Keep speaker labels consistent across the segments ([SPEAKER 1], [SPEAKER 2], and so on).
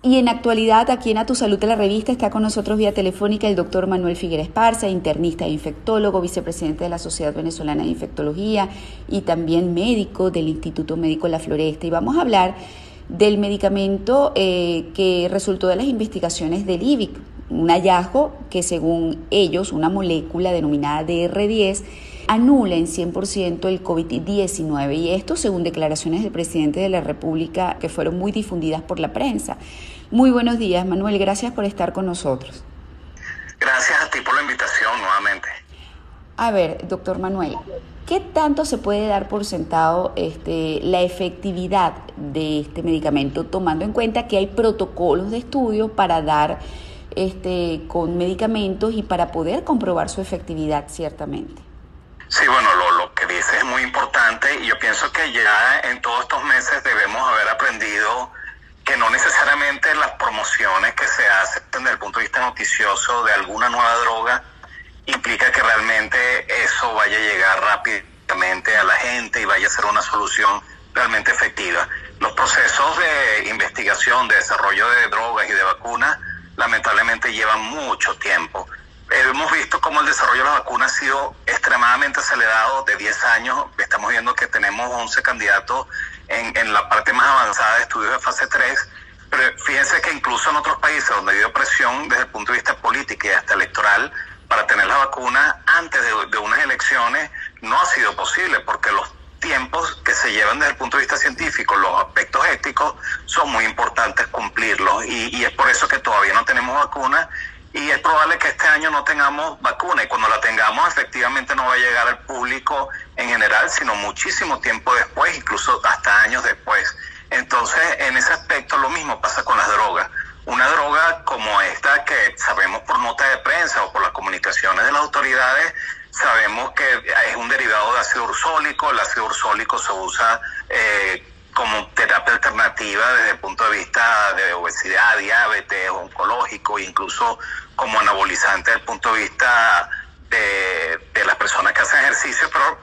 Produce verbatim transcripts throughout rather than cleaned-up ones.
[SPEAKER 1] Y en actualidad, aquí en A Tu Salud de la Revista, está con nosotros vía telefónica el doctor Manuel Figuera Esparza, internista e infectólogo, vicepresidente de la Sociedad Venezolana de Infectología y también médico del Instituto Médico La Floresta. Y vamos a hablar del medicamento eh, que resultó de las investigaciones del I V I C, un hallazgo que según ellos, una molécula denominada D R diez, anula en cien por ciento el COVID diecinueve, y esto según declaraciones del presidente de la República que fueron muy difundidas por la prensa. Muy buenos días, Manuel, gracias por estar con nosotros.
[SPEAKER 2] Gracias a ti por la invitación nuevamente.
[SPEAKER 1] A ver, doctor Manuel, ¿qué tanto se puede dar por sentado este, la efectividad de este medicamento, tomando en cuenta que hay protocolos de estudio para dar este, con medicamentos y para poder comprobar su efectividad ciertamente?
[SPEAKER 2] Sí, bueno, lo, lo que dices es muy importante y yo pienso que ya en todos estos meses debemos haber aprendido que no necesariamente las promociones que se hacen desde el punto de vista noticioso de alguna nueva droga implica que realmente eso vaya a llegar rápidamente a la gente y vaya a ser una solución realmente efectiva. Los procesos de investigación, de desarrollo de drogas y de vacunas lamentablemente llevan mucho tiempo. Hemos visto cómo el desarrollo de las vacunas ha sido extremadamente acelerado. De diez años, estamos viendo que tenemos once candidatos en, en la parte más avanzada de estudios de fase tres, pero fíjense que incluso en otros países donde ha habido presión desde el punto de vista político y hasta electoral para tener la vacuna antes de, de unas elecciones, no ha sido posible porque los tiempos que se llevan desde el punto de vista científico, los aspectos éticos, son muy importantes cumplirlos y, y es por eso que todavía no tenemos vacuna. Y es probable que este año no tengamos vacuna y cuando la tengamos efectivamente no va a llegar al público en general, sino muchísimo tiempo después, incluso hasta años después. Entonces, en ese aspecto lo mismo pasa con las drogas. Una droga como esta que sabemos por nota de prensa o por las comunicaciones de las autoridades, sabemos que es un derivado de ácido ursólico. El ácido ursólico se usa eh, como terapia alternativa desde el punto de vista de obesidad, diabetes, oncológico, incluso como anabolizante desde el punto de vista de, de las personas que hacen ejercicio, pero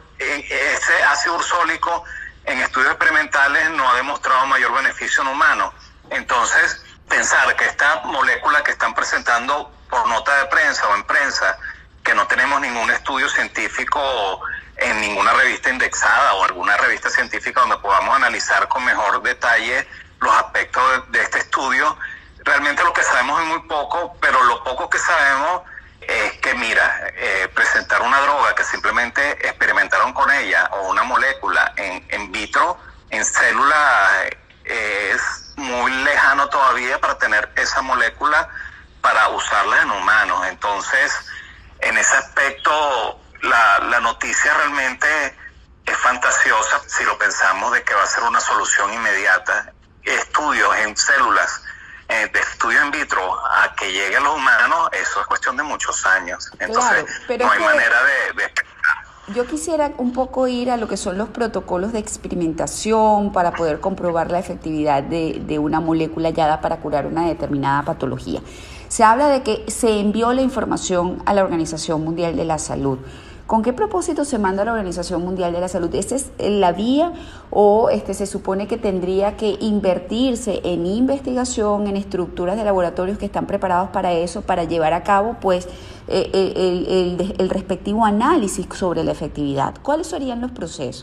[SPEAKER 2] ese ácido ursólico en estudios experimentales no ha demostrado mayor beneficio en humanos. Entonces, pensar que esta molécula que están presentando por nota de prensa o en prensa, que no tenemos ningún estudio científico en ninguna revista indexada o alguna revista científica donde podamos analizar con mejor detalle los aspectos de, de este estudio, realmente lo que sabemos es muy poco, pero lo poco que sabemos es que, mira, eh, presentar una droga que simplemente experimentaron con ella o una molécula en, en vitro, en células, eh, es muy lejano todavía para tener esa molécula para usarla en humanos. Entonces, en ese aspecto, la, la noticia realmente es fantasiosa si lo pensamos de que va a ser una solución inmediata. Estudios en células, eh, de estudio en vitro a que llegue a los humanos, eso es cuestión de muchos años. Entonces,
[SPEAKER 1] claro, pero
[SPEAKER 2] no hay
[SPEAKER 1] es que
[SPEAKER 2] manera de, de explicar.
[SPEAKER 1] Yo quisiera un poco ir a lo que son los protocolos de experimentación para poder comprobar la efectividad de, de una molécula hallada para curar una determinada patología. Se habla de que se envió la información a la Organización Mundial de la Salud. ¿Con qué propósito se manda a la Organización Mundial de la Salud? ¿Esa es la vía o este, se supone que tendría que invertirse en investigación, en estructuras de laboratorios que están preparados para eso, para llevar a cabo pues el, el, el, el respectivo análisis sobre la efectividad? ¿Cuáles serían los procesos?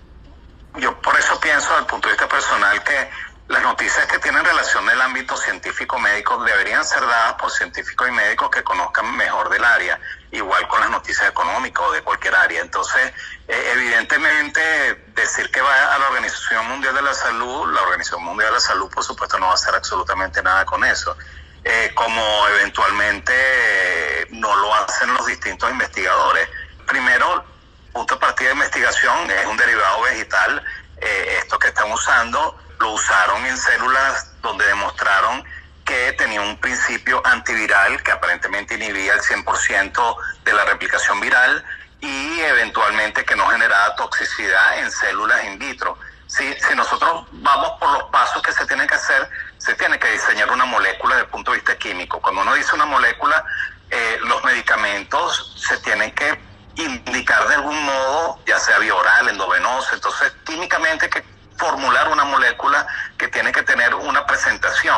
[SPEAKER 2] Yo por eso pienso, desde el punto de vista personal, que las noticias que tienen relación del ámbito científico-médico deberían ser dadas por científicos y médicos que conozcan mejor del área, igual con las noticias económicas o de cualquier área. Entonces, eh, evidentemente, decir que va a la Organización Mundial de la Salud, la Organización Mundial de la Salud, por supuesto, no va a hacer absolutamente nada con eso. Eh, como eventualmente eh, no lo hacen los distintos investigadores. Primero, punto de partida de investigación es un derivado vegetal. Eh, esto que están usando lo usaron en células donde demostraron que tenía un principio antiviral que aparentemente inhibía el cien por ciento de la replicación viral y eventualmente que no generaba toxicidad en células in vitro. Si, si nosotros vamos por los pasos que se tienen que hacer, se tiene que diseñar una molécula desde el punto de vista químico. Cuando uno dice una molécula, eh, los medicamentos se tienen que indicar de algún modo, ya sea vía oral, endovenosa. Entonces, químicamente hay que formular una molécula que tiene que tener una presentación.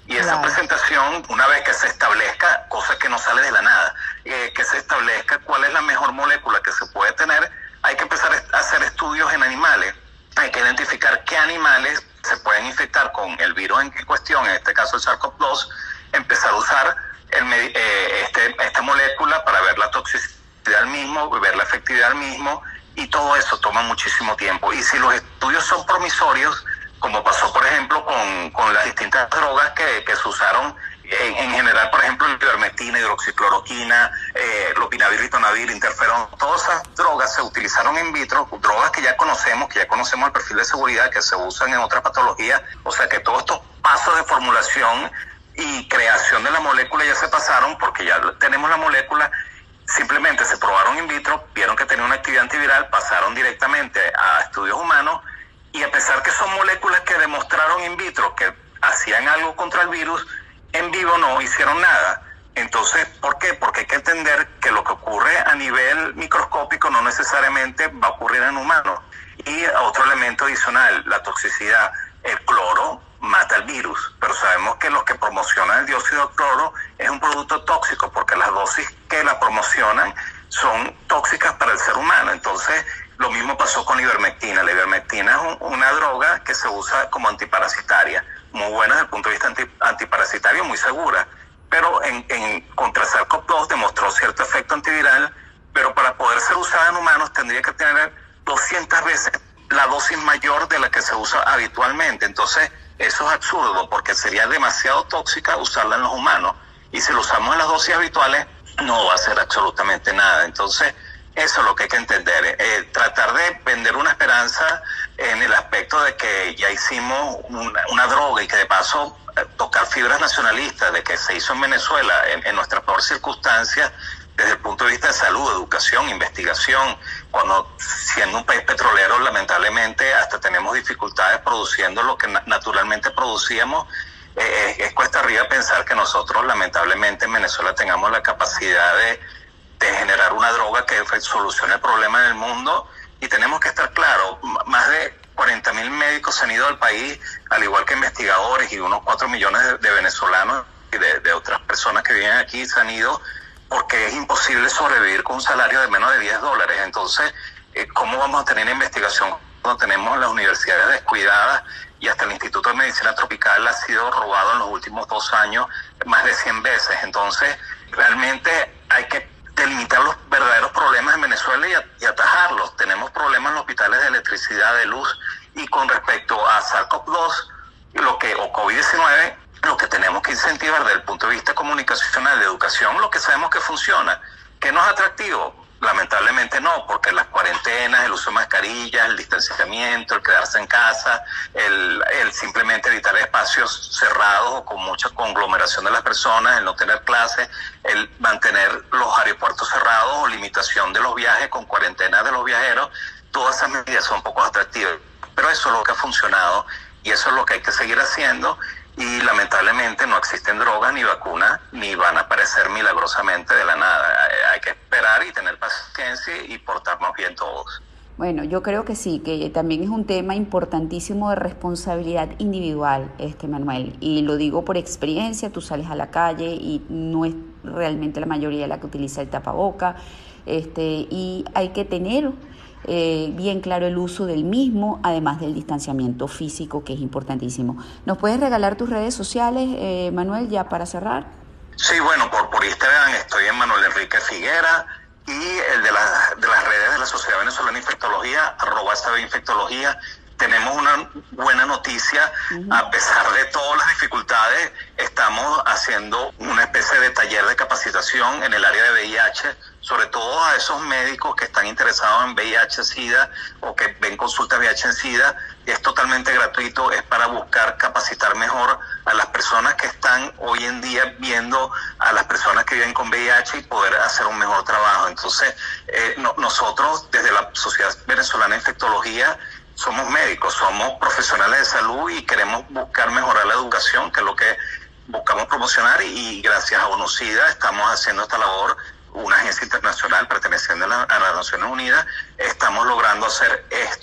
[SPEAKER 2] Y esa claro. presentación, una vez que se establezca, cosa que no sale de la nada, eh, que se establezca cuál es la mejor molécula que se puede tener, hay que empezar a hacer estudios en animales. Hay que identificar qué animales se pueden infectar con el virus en cuestión, en este caso el SARS-CoV dos, empezar a usar el, eh, este, esta molécula para ver la toxicidad del mismo, ver la efectividad del mismo, y todo eso toma muchísimo tiempo. Y si los estudios son promisorios, como pasó por ejemplo con, con las distintas drogas que, que se usaron en, en general, por ejemplo, ivermectina, hidroxicloroquina, eh, lopinavir, ritonavir, interferón, todas esas drogas se utilizaron in vitro, drogas que ya conocemos, que ya conocemos el perfil de seguridad, que se usan en otras patologías, o sea que todos estos pasos de formulación y creación de la molécula ya se pasaron, porque ya tenemos la molécula, simplemente se probaron in vitro, vieron que tenía una actividad antiviral, pasaron directamente a estudios humanos, y a pesar que son moléculas que demostraron in vitro que hacían algo contra el virus, en vivo no hicieron nada. Entonces, ¿por qué? Porque hay que entender que lo que ocurre a nivel microscópico no necesariamente va a ocurrir en humanos. Y otro elemento adicional, la toxicidad. El cloro mata el virus, pero sabemos que los que promocionan el dióxido de cloro es un producto tóxico, porque las dosis que la promocionan son tóxicas para el ser humano. Entonces, lo mismo pasó con la ivermectina. La ivermectina es un, una droga que se usa como antiparasitaria, muy buena desde el punto de vista anti, antiparasitario, muy segura, pero en, en contra SARS-CoV dos demostró cierto efecto antiviral, pero para poder ser usada en humanos tendría que tener doscientas veces la dosis mayor de la que se usa habitualmente. Entonces, eso es absurdo, porque sería demasiado tóxica usarla en los humanos, y si lo usamos en las dosis habituales, no va a hacer absolutamente nada. Entonces, eso es lo que hay que entender. Eh, tratar de vender una esperanza en el aspecto de que ya hicimos una, una droga, y que de paso eh, tocar fibras nacionalistas de que se hizo en Venezuela en, en nuestra peor circunstancia desde el punto de vista de salud, educación, investigación, cuando siendo un país petrolero lamentablemente hasta tenemos dificultades produciendo lo que na- naturalmente producíamos. Eh, es, es cuesta arriba pensar que nosotros lamentablemente en Venezuela tengamos la capacidad de de generar una droga que solucione el problema en el mundo. Y tenemos que estar claros, más de cuarenta mil médicos se han ido del país, al igual que investigadores, y unos cuatro millones de, de venezolanos y de, de otras personas que viven aquí se han ido, porque es imposible sobrevivir con un salario de menos de diez dólares. Entonces, eh, ¿cómo vamos a tener investigación cuando tenemos las universidades descuidadas, y hasta el Instituto de Medicina Tropical ha sido robado en los últimos dos años más de cien veces? Entonces, realmente hay que delimitar los verdaderos problemas en Venezuela y, a, y atajarlos. Tenemos problemas en los hospitales de electricidad, de luz, y con respecto a SARS-CoV dos lo que, o COVID diecinueve, lo que tenemos que incentivar desde el punto de vista comunicacional, de educación, lo que sabemos que funciona. ¿Que no es atractivo? Lamentablemente no, porque las cuarentenas, el uso de mascarillas, el distanciamiento, el quedarse en casa, el, el simplemente evitar espacios cerrados o con mucha conglomeración de las personas, el no tener clases, el mantener los aeropuertos cerrados o limitación de los viajes con cuarentena de los viajeros, todas esas medidas son poco atractivas. Pero eso es lo que ha funcionado, y eso es lo que hay que seguir haciendo. Y lamentablemente no existen drogas ni vacunas, ni van a aparecer milagrosamente de la nada. Hay que esperar y tener paciencia y portarnos bien todos.
[SPEAKER 1] Bueno, yo creo que sí, que también es un tema importantísimo de responsabilidad individual, este Manuel, y lo digo por experiencia. Tú sales a la calle y no es realmente la mayoría la que utiliza el tapaboca, este, y hay que tener Eh, bien claro el uso del mismo, además del distanciamiento físico, que es importantísimo. ¿Nos puedes regalar tus redes sociales, eh, Manuel, ya para cerrar?
[SPEAKER 2] Sí, bueno, por, por Instagram estoy en Manuel Enrique Figuera, y el de, la, de las redes de la Sociedad Venezolana de Infectología, arroba S B Infectología. Tenemos una buena noticia. Uh-huh. A pesar de todas las dificultades, estamos haciendo una especie de taller de capacitación en el área de V I H, sobre todo a esos médicos que están interesados en V I H SIDA o que ven consultas V I H en SIDA. Es totalmente gratuito, es para buscar capacitar mejor a las personas que están hoy en día viendo a las personas que viven con V I H y poder hacer un mejor trabajo. Entonces, eh, no, nosotros desde la Sociedad Venezolana de Infectología somos médicos, somos profesionales de salud y queremos buscar mejorar la educación, que es lo que buscamos promocionar, y, y gracias a ONUCIDA estamos haciendo esta labor, una agencia internacional perteneciente a, la, a las Naciones Unidas. Estamos logrando hacer esto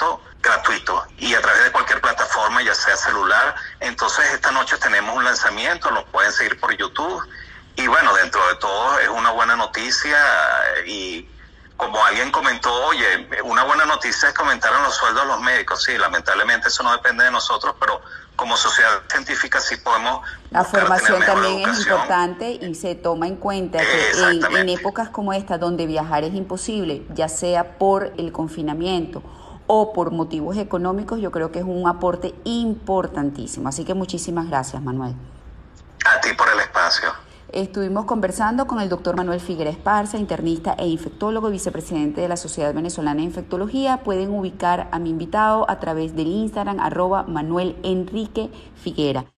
[SPEAKER 2] gratuito y a través de cualquier plataforma, ya sea celular. Entonces esta noche tenemos un lanzamiento, lo pueden seguir por YouTube y bueno, dentro de todo es una buena noticia y como alguien comentó, oye, una buena noticia es que aumentaron los sueldos de los médicos. Sí, lamentablemente eso no depende de nosotros, pero como sociedad científica sí podemos.
[SPEAKER 1] La formación también es importante y se toma en cuenta que en, en épocas como esta, donde viajar es imposible, ya sea por el confinamiento o por motivos económicos, yo creo que es un aporte importantísimo. Así que muchísimas gracias, Manuel.
[SPEAKER 2] A ti por el espacio.
[SPEAKER 1] Estuvimos conversando con el doctor Manuel Figuera Esparza, internista e infectólogo, vicepresidente de la Sociedad Venezolana de Infectología. Pueden ubicar a mi invitado a través del Instagram, arroba Manuel Enrique Figuera.